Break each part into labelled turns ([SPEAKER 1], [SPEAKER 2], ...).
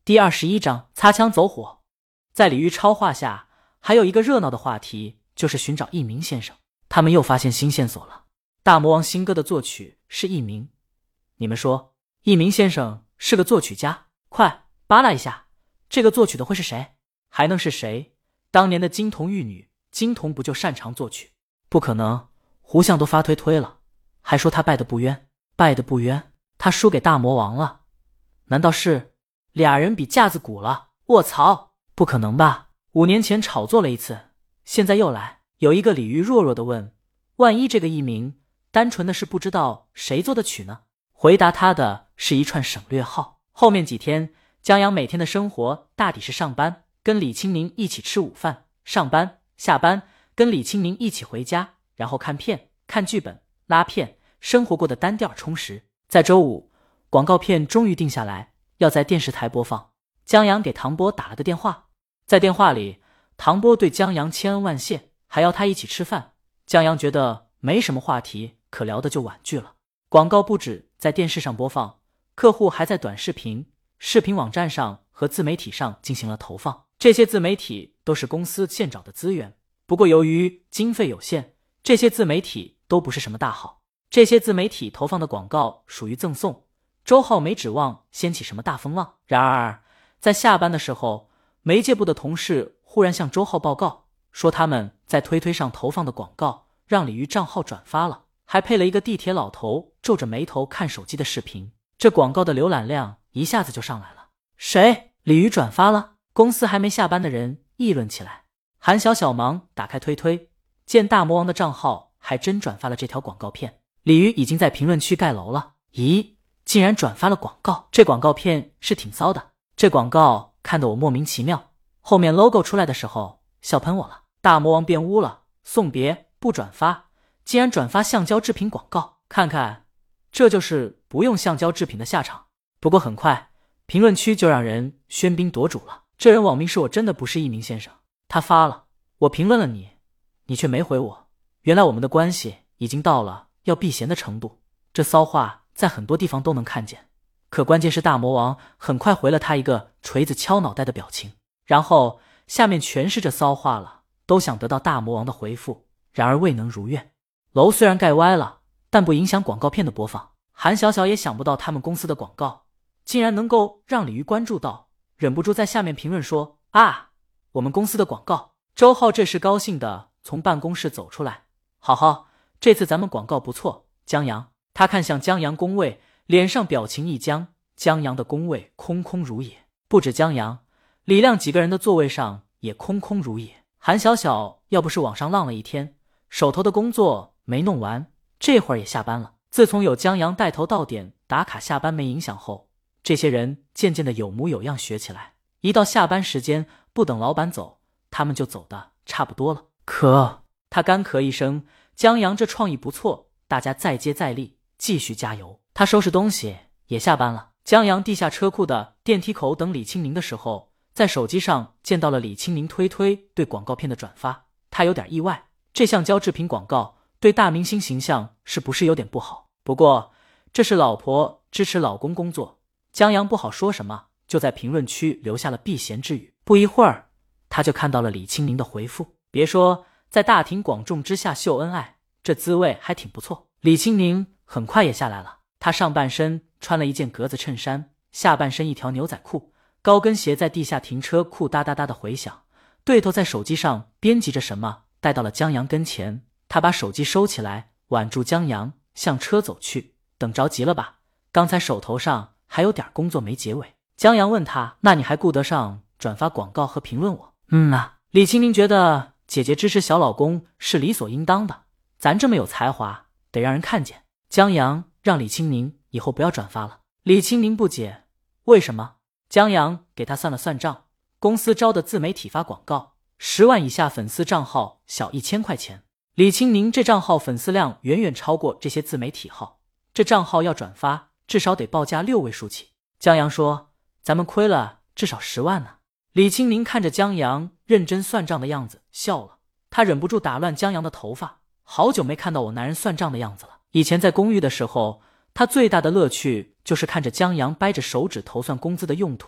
[SPEAKER 1] 第21章擦枪走火。在李玉超话下，还有一个热闹的话题，就是寻找佚名先生。他们又发现新线索了。大魔王新歌的作曲是佚名，你们说佚名先生是个作曲家？快扒拉一下，这个作曲的会是谁？还能是谁？当年的金童玉女，金童不就擅长作曲？不可能，胡相都发推了，还说他败得不冤。败得不冤？他输给大魔王了？难道是俩人比架子鼓了？卧槽，不可能吧！5年前炒作了一次，现在又来。有一个鲤鱼弱弱地问，万一这个佚名单纯的是不知道谁做的曲呢？回答他的是一串省略号。后面几天，江阳每天的生活大抵是上班，跟李清明一起吃午饭，上班，下班，跟李清明一起回家，然后看片、看剧本、拉片，生活过得单调充实。在周五，广告片终于定下来，要在电视台播放。江阳给唐波打了个电话，在电话里，唐波对江阳千恩万谢，还要他一起吃饭。江阳觉得没什么话题可聊的，就婉拒了。广告不止在电视上播放，客户还在短视频、视频网站上和自媒体上进行了投放。这些自媒体都是公司现找的资源，不过由于经费有限，这些自媒体都不是什么大号。这些自媒体投放的广告属于赠送，周浩没指望掀起什么大风浪。然而在下班的时候，媒介部的同事忽然向周浩报告，说他们在推上投放的广告让鲤鱼账号转发了，还配了一个地铁老头皱着眉头看手机的视频。这广告的浏览量一下子就上来了。谁？鲤鱼转发了？公司还没下班的人议论起来。韩小小忙打开推，见大魔王的账号还真转发了这条广告片。鲤鱼已经在评论区盖楼了。咦，竟然转发了广告，这广告片是挺骚的。这广告看得我莫名其妙，后面 logo 出来的时候笑喷我了。大魔王变污了，送别不转发，竟然转发橡胶制品广告，看看这就是不用橡胶制品的下场。不过很快评论区就让人喧宾夺主了。这人网名是我真的不是佚名先生，他发了我评论了你，你却没回我，原来我们的关系已经到了要避嫌的程度。这骚话在很多地方都能看见，可关键是大魔王很快回了他一个锤子敲脑袋的表情，然后下面全是这骚话了，都想得到大魔王的回复，然而未能如愿。楼虽然盖歪了，但不影响广告片的播放。韩小小也想不到他们公司的广告竟然能够让鲤鱼关注到，忍不住在下面评论说，啊，我们公司的广告。周浩这时高兴地从办公室走出来，好，这次咱们广告不错。江阳，他看向江阳工位，脸上表情一僵。江阳的工位空空如也，不止江阳，李亮几个人的座位上也空空如也。韩小小要不是网上浪了一天，手头的工作没弄完，这会儿也下班了。自从有江阳带头到点打卡下班没影响后，这些人渐渐的有模有样学起来，一到下班时间，不等老板走，他们就走的差不多了。可他干咳一声，江阳这创意不错，大家再接再厉，继续加油。他收拾东西也下班了。江阳地下车库的电梯口等李清明的时候，在手机上见到了李清明推对广告片的转发，他有点意外，这橡胶制品广告对大明星形象是不是有点不好？不过这是老婆支持老公工作，江阳不好说什么，就在评论区留下了避嫌之语。不一会儿他就看到了李清明的回复，别说在大庭广众之下秀恩爱，这滋味还挺不错。李清明很快也下来了，他上半身穿了一件格子衬衫，下半身一条牛仔裤，高跟鞋在地下停车库哒哒哒的回响，对头在手机上编辑着什么，带到了江阳跟前，他把手机收起来，挽住江阳，向车走去。等着急了吧？刚才手头上还有点工作没结尾。江阳问他，那你还顾得上转发广告和评论我？李清明觉得姐姐支持小老公是理所应当的，咱这么有才华，得让人看见。江阳让李清明以后不要转发了。李清明不解，为什么？江阳给他算了算账，公司招的自媒体发广告，10万以下粉丝账号小1000块钱。李清明这账号粉丝量远远超过这些自媒体号，这账号要转发至少得报价6位数起。江阳说，咱们亏了至少10万呢。李清明看着江阳认真算账的样子笑了，他忍不住打乱江阳的头发，好久没看到我男人算账的样子了。以前在公寓的时候，他最大的乐趣就是看着江阳掰着手指头算工资的用途，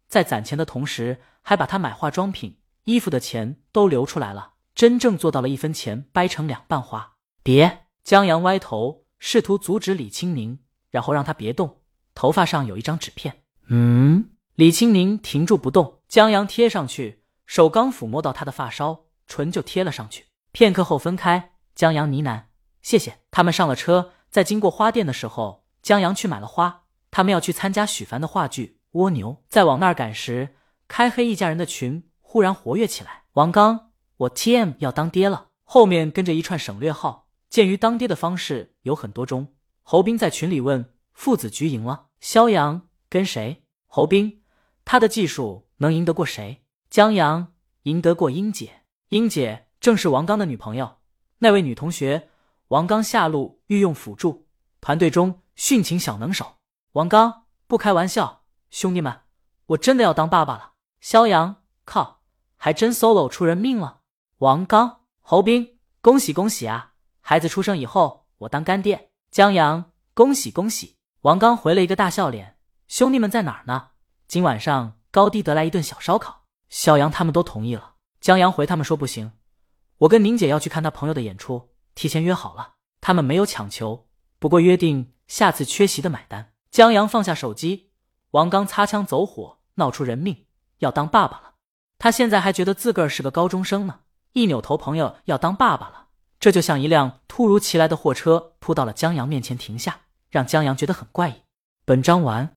[SPEAKER 1] 在攒钱的同时，还把他买化妆品、衣服的钱都留出来了，真正做到了1分钱掰成2半花。别！江阳歪头，试图阻止李青宁，然后让他别动，头发上有一张纸片。李青宁停住不动，江阳贴上去，手刚抚摸到他的发梢，唇就贴了上去。片刻后分开，江阳呢喃：“谢谢。”他们上了车，在经过花店的时候，江阳去买了花。他们要去参加许凡的话剧《蜗牛》。在往那儿赶时，开黑一家人的群忽然活跃起来。王刚，我 TM 要当爹了。后面跟着一串省略号。鉴于当爹的方式有很多种，侯斌在群里问：父子局赢了，肖阳跟谁？侯斌，他的技术能赢得过谁？江阳，赢得过英姐。英姐正是王刚的女朋友。那位女同学，王刚下路御用辅助，团队中殉情小能手。王刚，不开玩笑，兄弟们，我真的要当爸爸了。肖阳，靠，还真 solo 出人命了。王刚，侯斌，恭喜恭喜啊，孩子出生以后我当干爹。江阳，恭喜恭喜。王刚回了一个大笑脸，兄弟们在哪儿呢？今晚上高低得来一顿小烧烤。肖阳他们都同意了。江阳回他们说不行，我跟宁姐要去看他朋友的演出，提前约好了。他们没有强求，不过约定下次缺席的买单。江阳放下手机，王刚擦枪走火，闹出人命，要当爸爸了。他现在还觉得自个儿是个高中生呢，一扭头朋友要当爸爸了，这就像一辆突如其来的货车扑到了江阳面前停下，让江阳觉得很怪异。本章完。